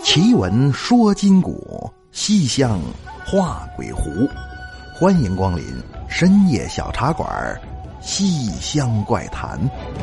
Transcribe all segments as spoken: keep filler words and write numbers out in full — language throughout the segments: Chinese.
奇闻说今古，西厢画鬼狐。欢迎光临深夜小茶馆，西厢怪谈。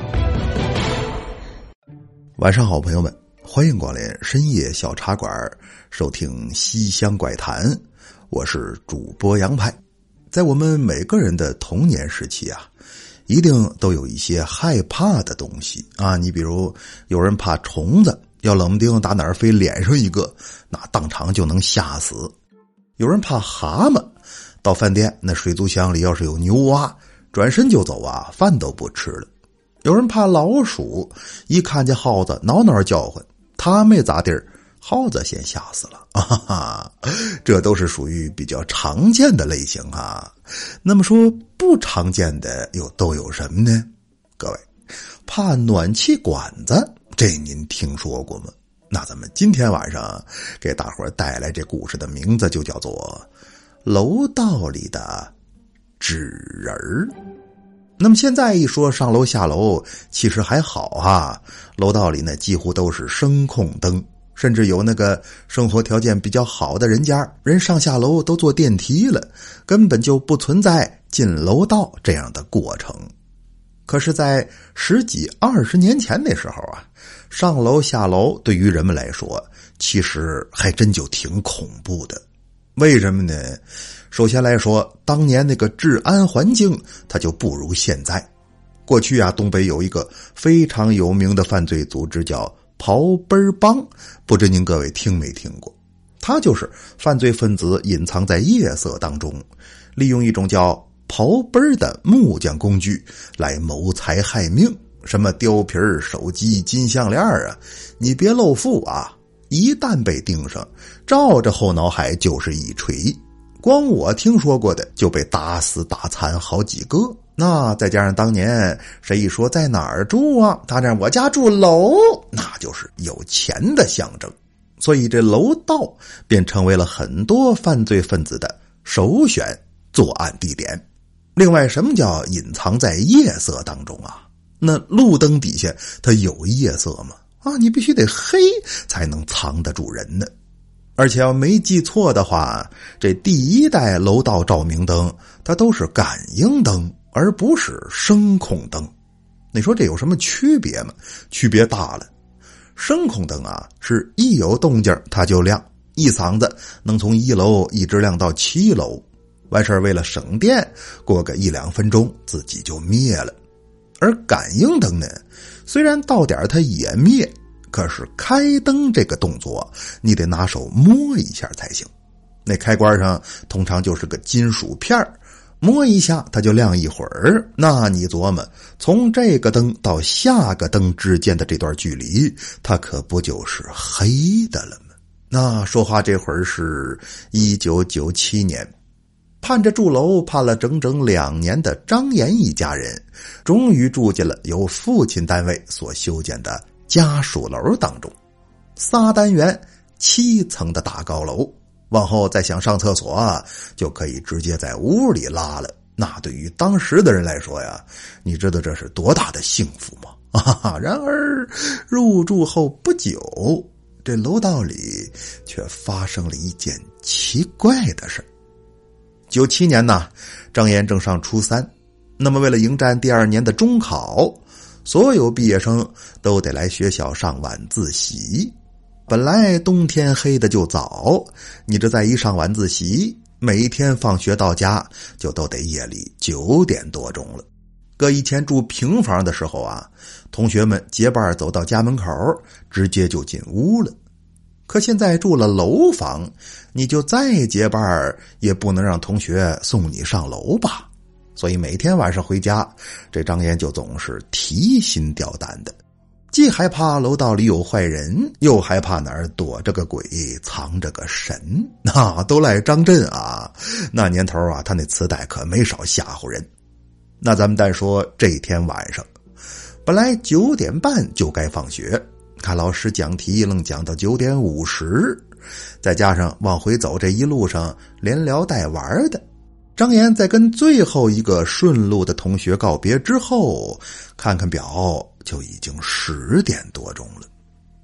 晚上好，朋友们，欢迎光临深夜小茶馆，收听西厢怪谈。我是主播杨派。在我们每个人的童年时期啊，一定都有一些害怕的东西啊。你比如有人怕虫子，要冷不丁打哪儿飞脸上一个，那当场就能吓死。有人怕蛤蟆，到饭店那水族箱里要是有牛蛙，转身就走啊，饭都不吃了。有人怕老鼠，一看见耗子挠挠叫唤，他没咋地儿，耗子先吓死了啊哈哈，这都是属于比较常见的类型啊。那么说不常见的又都有什么呢？各位，怕暖气管子，这您听说过吗？那咱们今天晚上给大伙儿带来这故事的名字就叫做楼道里的纸人儿。那么现在一说上楼下楼，其实还好哈，楼道里呢几乎都是声控灯，甚至有那个生活条件比较好的人家，人上下楼都坐电梯了，根本就不存在进楼道这样的过程。可是在十几二十年前那时候啊，上楼下楼对于人们来说其实还真就挺恐怖的。为什么呢？首先来说，当年那个治安环境它就不如现在。过去啊，东北有一个非常有名的犯罪组织叫刨奔帮，不知您各位听没听过？他就是犯罪分子隐藏在夜色当中，利用一种叫刨奔的木匠工具来谋财害命，什么貂皮、手机、金项链啊，你别露富啊！一旦被盯上，照着后脑海就是一锤。光我听说过的就被打死打残好几个。那再加上当年谁一说在哪儿住啊，他这我家住楼，那就是有钱的象征。所以这楼道便成为了很多犯罪分子的首选作案地点。另外，什么叫隐藏在夜色当中啊？那路灯底下它有夜色吗？啊，你必须得黑才能藏得住人呢。而且要没记错的话，这第一代楼道照明灯它都是感应灯，而不是声控灯。你说这有什么区别吗？区别大了。声控灯啊，是一有动静它就亮，一嗓子能从一楼一直亮到七楼，完事儿为了省电，过个一两分钟自己就灭了。而感应灯呢，虽然到点它也灭，可是开灯这个动作你得拿手摸一下才行。那开关上通常就是个金属片，摸一下它就亮一会儿。那你琢磨，从这个灯到下个灯之间的这段距离，它可不就是黑的了吗？那说话这会儿是一九九七年，盼着住楼盼了整整两年的张岩一家人，终于住进了由父亲单位所修建的家属楼当中。仨单元七层的大高楼，往后再想上厕所啊，就可以直接在屋里拉了。那对于当时的人来说呀，你知道这是多大的幸福吗？啊！然而入住后不久，这楼道里却发生了一件奇怪的事。九七年呢，张岩正上初三，那么为了迎战第二年的中考，所有毕业生都得来学校上晚自习。本来冬天黑的就早，你这再一上晚自习，每天放学到家就都得夜里九点多钟了。搁以前住平房的时候啊，同学们结伴走到家门口，直接就进屋了。可现在住了楼房，你就再结伴也不能让同学送你上楼吧。所以每天晚上回家，这张岩就总是提心吊胆的，既害怕楼道里有坏人，又害怕哪儿躲着个鬼藏着个神。那都赖张震啊，那年头啊，他那磁带可没少吓唬人。那咱们单说这天晚上，本来九点半就该放学，看老师讲题愣讲到九点五十，再加上往回走这一路上连聊带玩的，张岩在跟最后一个顺路的同学告别之后，看看表就已经十点多钟了。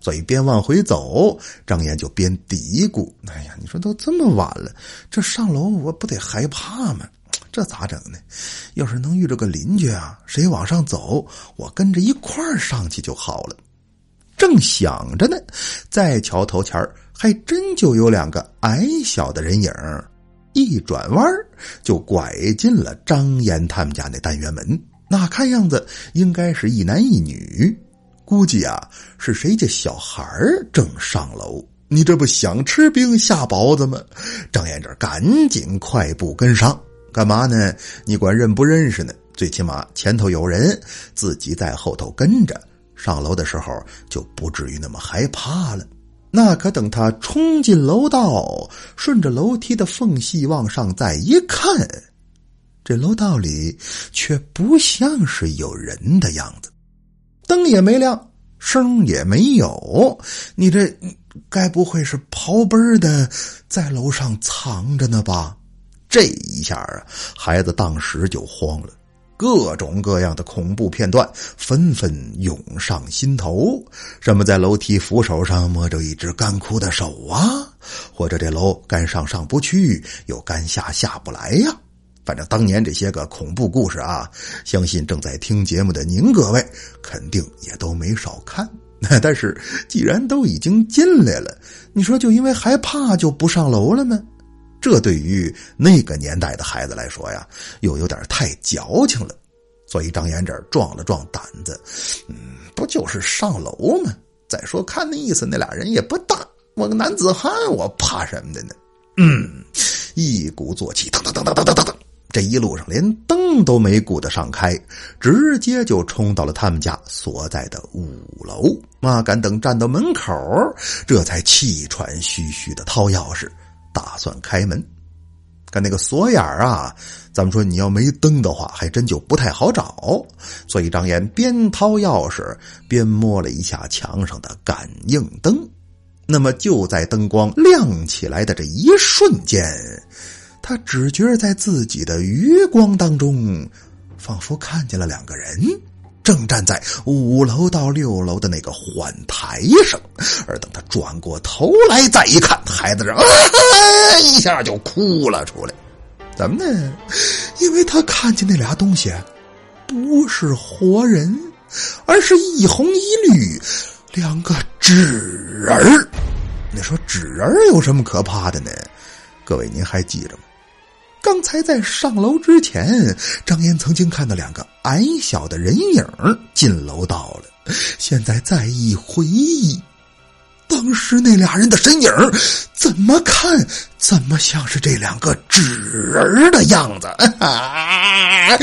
所以边往回走，张岩就边嘀咕：哎呀，你说都这么晚了，这上楼我不得害怕吗？这咋整呢？要是能遇着个邻居啊，谁往上走，我跟着一块儿上去就好了。正想着呢，在桥头前还真就有两个矮小的人影，一转弯就拐进了张岩他们家那单元门。那看样子应该是一男一女，估计啊是谁家小孩正上楼。你这不想吃饼下包子吗？张岩这赶紧快步跟上。干嘛呢？你管认不认识呢？最起码前头有人，自己在后头跟着，上楼的时候就不至于那么害怕了。那可等他冲进楼道，顺着楼梯的缝隙往上再一看，这楼道里却不像是有人的样子，灯也没亮，声也没有。你这该不会是跑奔的在楼上藏着呢吧？这一下啊，孩子当时就慌了，各种各样的恐怖片段纷纷涌上心头。什么在楼梯扶手上摸着一只干枯的手啊，或者这楼干上上不去，又干下下不来呀。反正当年这些个恐怖故事啊，相信正在听节目的您各位肯定也都没少看。但是既然都已经进来了，你说就因为害怕就不上楼了吗？这对于那个年代的孩子来说呀，又有点太矫情了。所以张岩这儿壮了壮胆子，嗯，不就是上楼吗？再说看那意思，那俩人也不大，我个男子汉，我怕什么的呢？嗯，一鼓作气，噔噔噔噔噔噔噔噔，这一路上连灯都没顾得上开，直接就冲到了他们家所在的五楼。嘛，赶等站到门口，这才气喘吁吁的掏钥匙，打算开门。看那个锁眼啊，咱们说你要没灯的话还真就不太好找，所以张岩边掏钥匙边摸了一下墙上的感应灯。那么就在灯光亮起来的这一瞬间，他只觉在自己的余光当中仿佛看见了两个人正站在五楼到六楼的那个缓台上。而等他转过头来再一看，孩子这啊一下就哭了出来。怎么呢？因为他看见那俩东西不是活人，而是一红一绿两个纸人。你说纸人有什么可怕的呢？各位您还记着吗？刚才在上楼之前，张岩曾经看到两个矮小的人影进楼道了。现在再一回忆，当时那俩人的身影怎么看怎么像是这两个纸人的样子。啊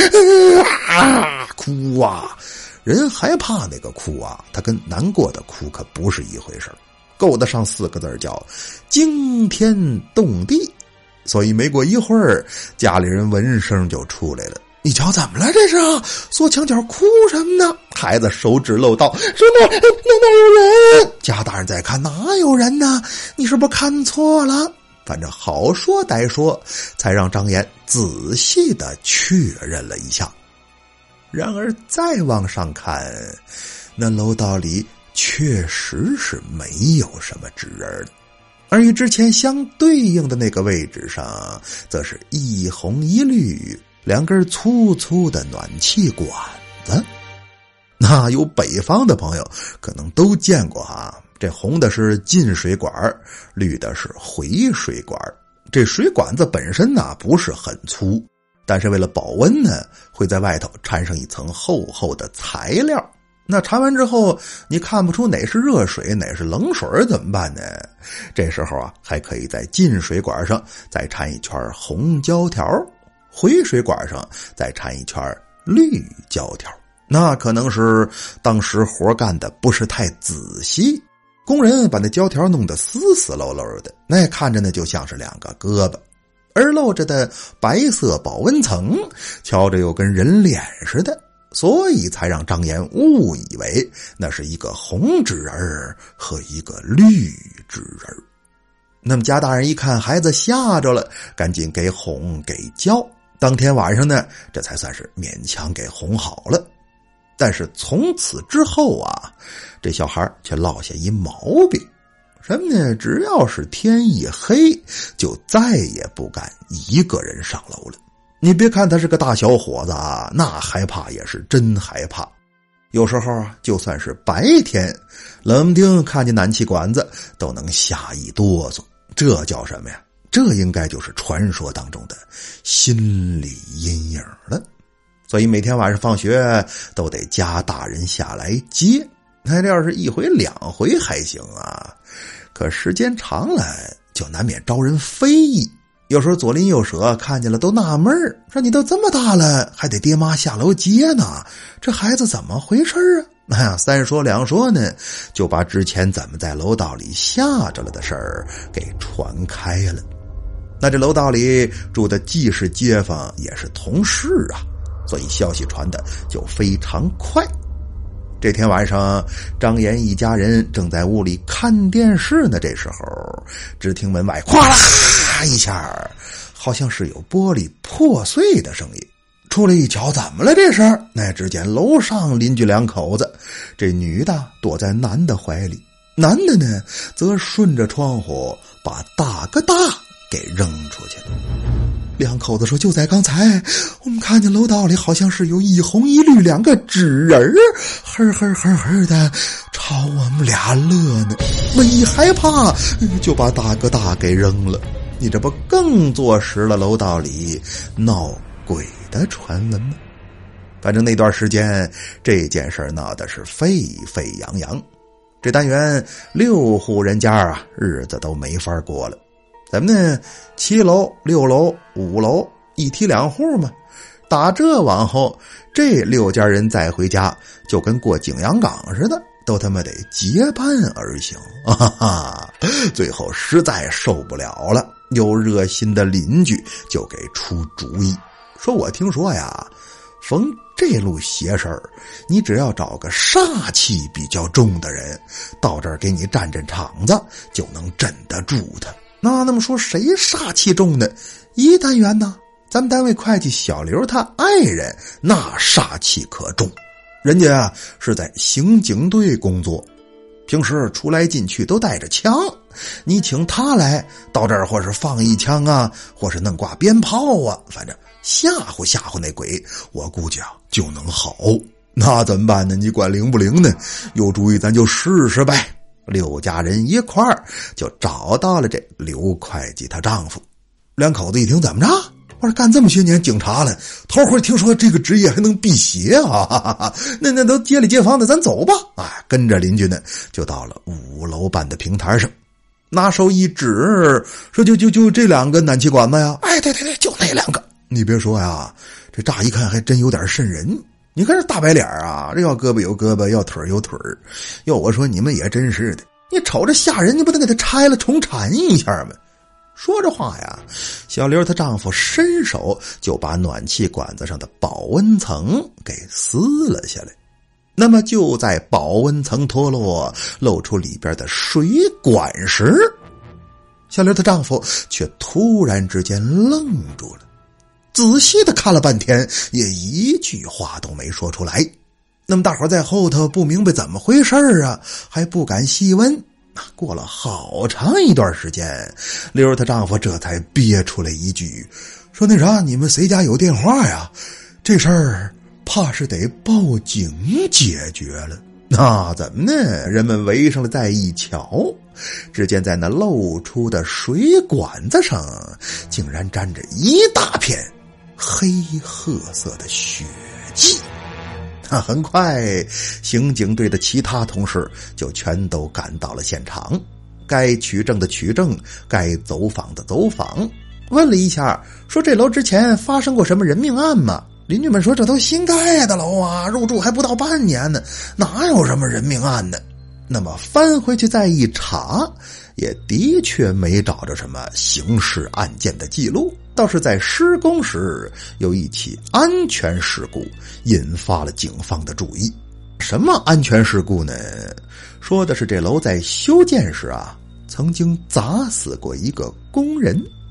哭啊，人害怕那个哭啊，他跟难过的哭可不是一回事，够得上四个字叫惊天动地。所以没过一会儿，家里人闻声就出来了。你瞧怎么了这是啊？缩墙角哭什么呢？孩子手指漏道，什么？那哪有人？家大人在看，哪有人呢？你是不是看错了？反正好说歹说，才让张岩仔细的确认了一下。然而再往上看，那楼道里确实是没有什么纸人的。而与之前相对应的那个位置上，则是一红一绿两根粗粗的暖气管子。那有北方的朋友可能都见过哈，这红的是进水管，绿的是回水管。这水管子本身呢不是很粗，但是为了保温呢，会在外头缠上一层厚厚的材料。那缠完之后，你看不出哪是热水哪是冷水怎么办呢？这时候啊，还可以在进水管上再缠一圈红胶条，回水管上再缠一圈绿胶条。那可能是当时活干的不是太仔细，工人把那胶条弄得死死漏漏的，那看着呢就像是两个胳膊，而露着的白色保温层瞧着又跟人脸似的，所以才让张岩误以为那是一个红纸人和一个绿纸人。那么家大人一看孩子吓着了，赶紧给哄给教。当天晚上呢，这才算是勉强给哄好了。 但是从此之后啊，这小孩却落下一毛病，什么呢？只要是天一黑，就再也不敢一个人上楼了。你别看他是个大小伙子啊，那害怕也是真害怕。有时候啊，就算是白天，冷不丁看见暖气管子都能吓一哆嗦。这叫什么呀？这应该就是传说当中的心理阴影了。所以每天晚上放学都得家大人下来接。那这要是一回两回还行啊，可时间长了就难免招人非议。有时候左邻右舍看见了都纳闷儿，说你都这么大了还得爹妈下楼接呢，这孩子怎么回事啊？哎呀，三说两说呢，就把之前怎么在楼道里吓着了的事儿给传开了。那这楼道里住的既是街坊也是同事啊，所以消息传的就非常快。这天晚上，张岩一家人正在屋里看电视呢，这时候只听门外哗啦一下，好像是有玻璃破碎的声音。出来一瞧，怎么了这是？那只见楼上邻居两口子，这女的躲在男的怀里，男的呢则顺着窗户把大哥大给扔出去了。两口子说，就在刚才我们看见楼道里好像是有一红一绿两个纸人儿，呵呵呵呵的朝我们俩乐呢。我一害怕就把大哥大给扔了。你这不更坐实了楼道里闹鬼的传闻吗？反正那段时间这件事闹的是沸沸扬扬，这单元六户人家啊，日子都没法过了。怎么呢？七楼、六楼、五楼，一梯两户嘛。打这往后，这六家人再回家，就跟过景阳岗似的，都他妈得结伴而行。哈哈，最后实在受不了了，有热心的邻居就给出主意，说我听说呀，逢这路邪事儿，你只要找个煞气比较重的人，到这儿给你站站场子，就能镇得住他。那那么说谁煞气重呢？一单元呢，咱们单位会计小刘他爱人那煞气可重，人家啊是在刑警队工作，平时出来进去都带着枪，你请他来到这儿，或是放一枪啊，或是弄挂鞭炮啊，反正吓唬吓唬那鬼，我估计啊就能好。那怎么办呢？你管灵不灵呢？有主意咱就试试呗。六家人一块儿就找到了这刘会计她丈夫。两口子一听，怎么着？我说干这么些年警察了，头回听说这个职业还能辟邪啊！哈哈哈，那那都街里街坊的，咱走吧。啊，跟着邻居呢，就到了五楼半的平台上，拿手一指，说就就就这两个暖气管子呀！哎，对对对，就那两个。你别说呀，这乍一看还真有点瘆人。你看这大白脸啊，这要胳膊有胳膊，要腿有腿。要我说你们也真是的，你瞅着吓人，你不能给他拆了重铲一下吗？说着话呀，小刘她丈夫伸手就把暖气管子上的保温层给撕了下来。那么就在保温层脱落露出里边的水管时，小刘她丈夫却突然之间愣住了，仔细的看了半天，也一句话都没说出来。那么大伙在后头不明白怎么回事啊，还不敢细问。过了好长一段时间，刘她丈夫这才憋出来一句，说那啥，你们谁家有电话呀？这事儿怕是得报警解决了。那怎么呢？人们围上了再一瞧，只见在那露出的水管子上竟然沾着一大片黑褐色的血迹。那很快刑警队的其他同事就全都赶到了现场，该取证的取证，该走访的走访，问了一下，说这楼之前发生过什么人命案吗？邻居们说这都新盖的楼啊，入住还不到半年呢，哪有什么人命案呢？那么翻回去再一查，也的确没找着什么刑事案件的记录，倒是在施工时有一起安全事故引发了警方的注意。什么安全事故呢？说的是这楼在修建时啊，曾经砸死过一个工人。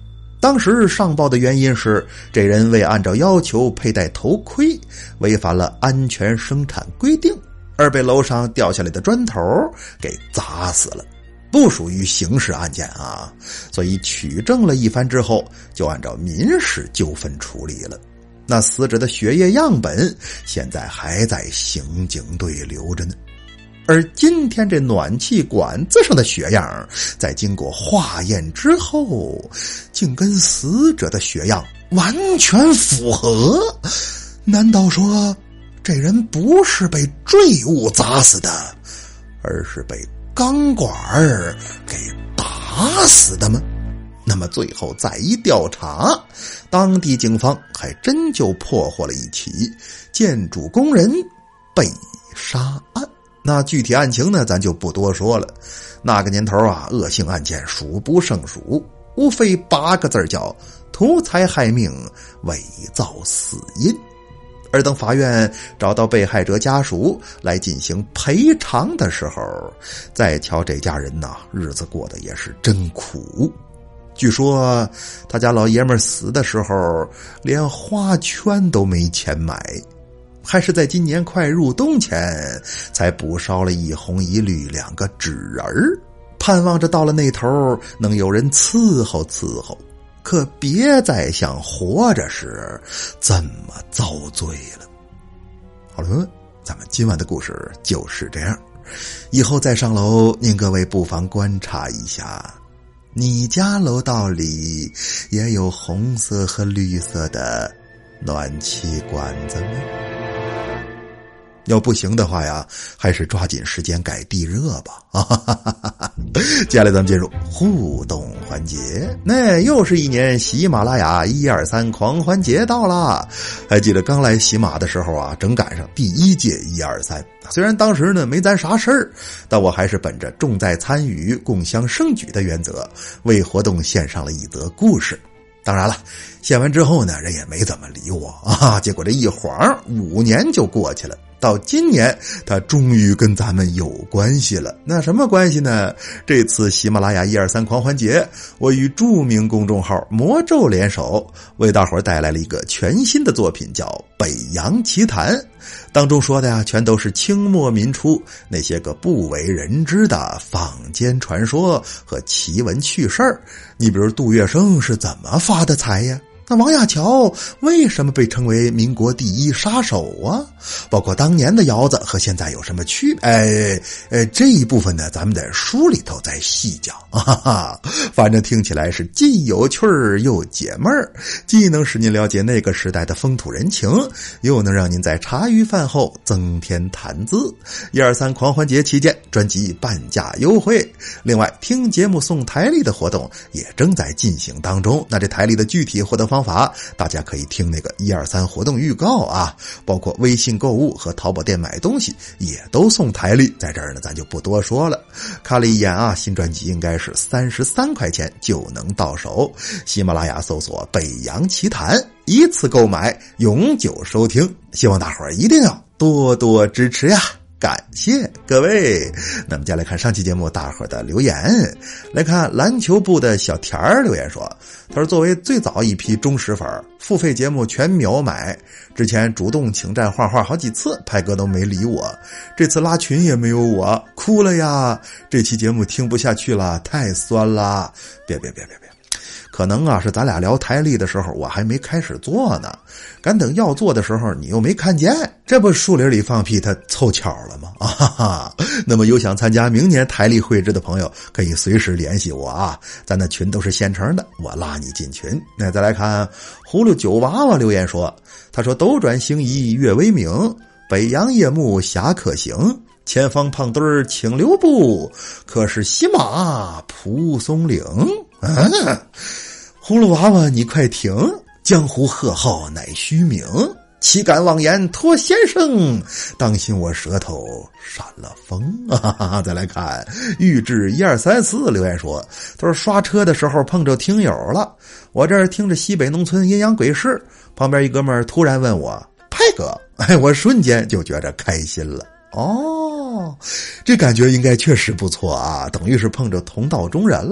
当时上报的原因是，这人未按照要求佩戴头盔，违反了安全生产规定，而被楼上掉下来的砖头给砸死了，不属于刑事案件啊。所以取证了一番之后，就按照民事纠纷处理了。那死者的血液样本现在还在刑警队留着呢。而今天这暖气管子上的血样，在经过化验之后，竟跟死者的血样完全符合。难道说这人不是被坠物砸死的，而是被钢管给打死的吗？那么最后再一调查，当地警方还真就破获了一起建筑工人被杀案。那具体案情呢，咱就不多说了。那个年头啊，恶性案件数不胜数，无非八个字叫图财害命，伪造死因。而等法院找到被害者家属来进行赔偿的时候，再瞧这家人呐，日子过得也是真苦。据说他家老爷们死的时候，连花圈都没钱买，还是在今年快入冬前才补烧了一红一绿两个纸人儿，盼望着到了那头能有人伺候伺候，可别再像活着时这么遭罪了。好了，咱们今晚的故事就是这样，以后再上楼，您各位不妨观察一下，你家楼道里也有红色和绿色的暖气管子吗？要不行的话呀，还是抓紧时间改地热吧。接下来咱们进入互动环节。那又是一年喜马拉雅一二三狂欢节到了。还记得刚来喜马的时候啊，正赶上第一届一二三。虽然当时呢没咱啥事儿，但我还是本着重在参与共襄盛举的原则，为活动献上了一则故事。当然了，献完之后呢，人也没怎么理我啊。结果这一晃五年就过去了，到今年他终于跟咱们有关系了。那什么关系呢？这次喜马拉雅一二三狂欢节，我与著名公众号魔咒联手，为大伙儿带来了一个全新的作品，叫《北洋奇谈》。当中说的呀，全都是清末民初那些个不为人知的坊间传说和奇闻趣事儿。你比如杜月笙是怎么发的财呀？那王亚樵为什么被称为民国第一杀手啊？包括当年的窑子和现在有什么区别？哎哎，这一部分呢，咱们在书里头再细讲。哈哈，反正听起来是既有趣儿又解闷儿，既能使您了解那个时代的风土人情，又能让您在茶余饭后增添谈资。一二三狂欢节期间，专辑半价优惠。另外，听节目送台历的活动也正在进行当中。那这台历的具体获得方法，大家可以听那个一二三活动预告啊，包括微信购物和淘宝店买东西也都送台历，在这儿呢咱就不多说了。看了一眼啊，新专辑应该是三十三块钱就能到手。喜马拉雅搜索北洋奇谈，一次购买，永久收听。希望大伙儿一定要多多支持呀！感谢各位。那么接下来看上期节目大伙儿的留言。来看篮球部的小田儿留言说，他说作为最早一批忠实粉，付费节目全秒买，之前主动请战画画好几次，派哥都没理我，这次拉群也没有我，哭了呀，这期节目听不下去了，太酸了。别别别别别，可能啊是咱俩聊台历的时候我还没开始做呢，赶等要做的时候你又没看见，这不树林里放屁他凑巧了吗？啊哈哈！那么有想参加明年台历绘制的朋友可以随时联系我啊，咱那群都是现成的，我拉你进群。那再来看葫芦九娃娃留言说，他说斗转星移月为明，北洋夜幕侠客行，前方胖墩儿请留步，可是西马蒲松龄。啊，葫芦娃娃你快停，江湖贺号乃虚名，岂敢妄言托先生，当心我舌头闪了风。啊，再来看预知一二三四留言说，他说刷车的时候碰着听友了，我这儿听着西北农村阴阳鬼事，旁边一哥们儿突然问我派哥，哎，我瞬间就觉着开心了。哦，这感觉应该确实不错啊，等于是碰着同道中人了。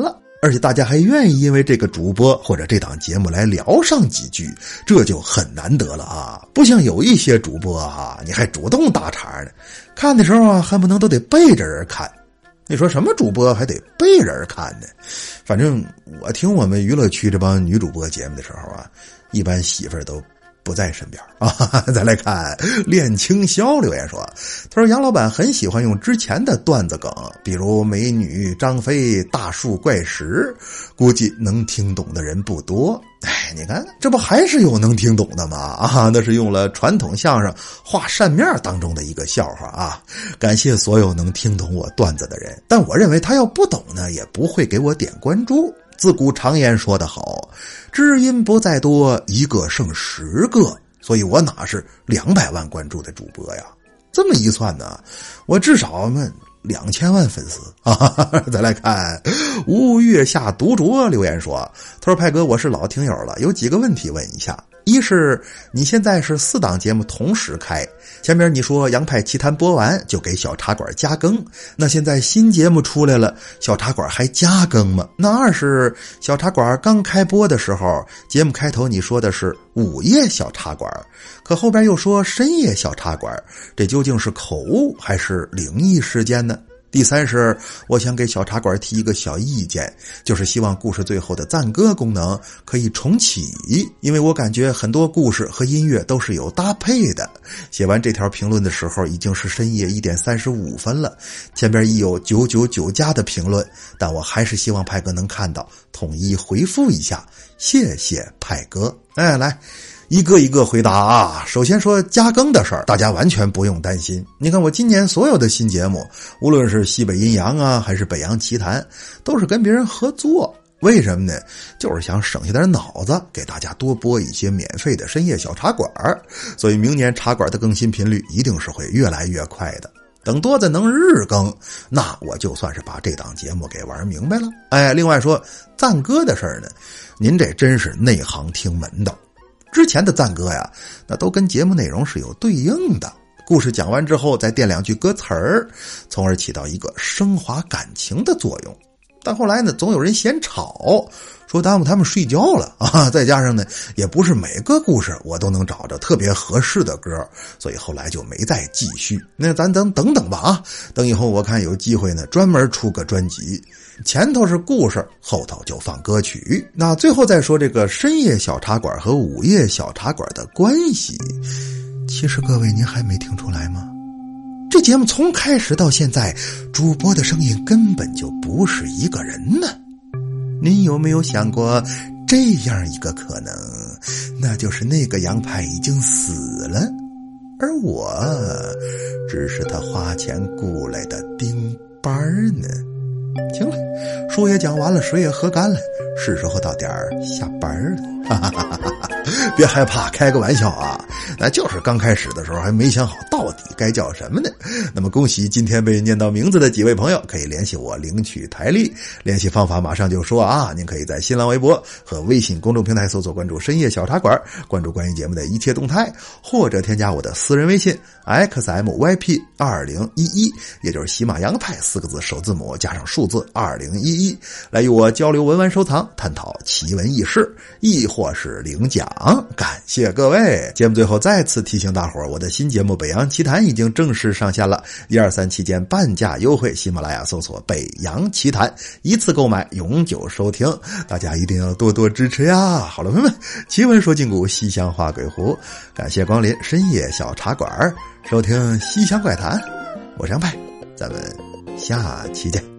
而且大家还愿意因为这个主播或者这档节目来聊上几句，这就很难得了啊！不像有一些主播啊，你还主动搭茬呢，看的时候啊，恨不能都得背着人看。你说什么主播还得背人看呢？反正我听我们娱乐区这帮女主播节目的时候啊，一般媳妇儿都不在身边啊。再来看恋清霄留言说，他说杨老板很喜欢用之前的段子梗，比如美女张飞、大树怪石，估计能听懂的人不多。哎，你看这不还是有能听懂的吗？啊，那是用了传统相声画扇面当中的一个笑话啊。感谢所有能听懂我段子的人，但我认为他要不懂呢，也不会给我点关注。自古常言说得好，知音不在多，一个胜十个，所以我哪是两百万关注的主播呀？这么一算呢，我至少嘛两千万粉丝啊！再来看吴月下独酌留言说，他说派哥，我是老听友了，有几个问题问一下。一是你现在是四档节目同时开，前面你说洋派奇谈播完就给小茶馆加更，那现在新节目出来了，小茶馆还加更吗？那二是小茶馆刚开播的时候，节目开头你说的是午夜小茶馆，可后边又说深夜小茶馆，这究竟是口误还是灵异事件呢？第三是我想给小茶馆提一个小意见，就是希望故事最后的赞歌功能可以重启，因为我感觉很多故事和音乐都是有搭配的。写完这条评论的时候已经是深夜一点三十五分了，前边已有九九九加的评论，但我还是希望派哥能看到，统一回复一下，谢谢派哥。哎，来一个一个回答啊！首先说加更的事儿，大家完全不用担心。你看我今年所有的新节目，无论是西北阴阳啊，还是北洋奇谈，都是跟别人合作。为什么呢？就是想省下点脑子，给大家多播一些免费的深夜小茶馆。所以明年茶馆的更新频率一定是会越来越快的。等多的能日更，那我就算是把这档节目给玩明白了。哎，另外说赞歌的事儿呢，您这真是内行听门道。之前的赞歌呀，那都跟节目内容是有对应的，故事讲完之后再垫两句歌词儿，从而起到一个升华感情的作用。但后来呢，总有人嫌吵，说耽误他们睡觉了啊！再加上呢，也不是每个故事我都能找着特别合适的歌，所以后来就没再继续。那咱等等等吧啊，等以后我看有机会呢，专门出个专辑，前头是故事，后头就放歌曲。那最后再说这个深夜小茶馆和午夜小茶馆的关系，其实各位您还没听出来吗？这节目从开始到现在，主播的声音根本就不是一个人呢。您有没有想过这样一个可能，那就是那个杨派已经死了，而我只是他花钱雇来的钉班呢。行了，书也讲完了，水也喝干了，是时候到点儿下班了。哈哈哈哈哈！别害怕，开个玩笑啊，那就是刚开始的时候还没想好到底该叫什么呢。那么恭喜今天被念到名字的几位朋友，可以联系我领取台历。联系方法马上就说啊，您可以在新浪微博和微信公众平台搜索关注深夜小茶馆，关注关于节目的一切动态，或者添加我的私人微信 X M Y P 二零一一，也就是喜马洋派四个字首字母加上数字二零一一，来与我交流文玩收藏，探讨奇闻异事，亦或是领奖。感谢各位。节目最后再次提醒大伙儿，我的新节目《北洋奇谈》已经正式上线了，一二三期间半价优惠，喜马拉雅搜索北洋奇谈，一次购买永久收听，大家一定要多多支持呀。好了朋友们，奇闻说今古，西厢话鬼狐，感谢光临深夜小茶馆，收听西厢怪谈，我是杨派，咱们下期见。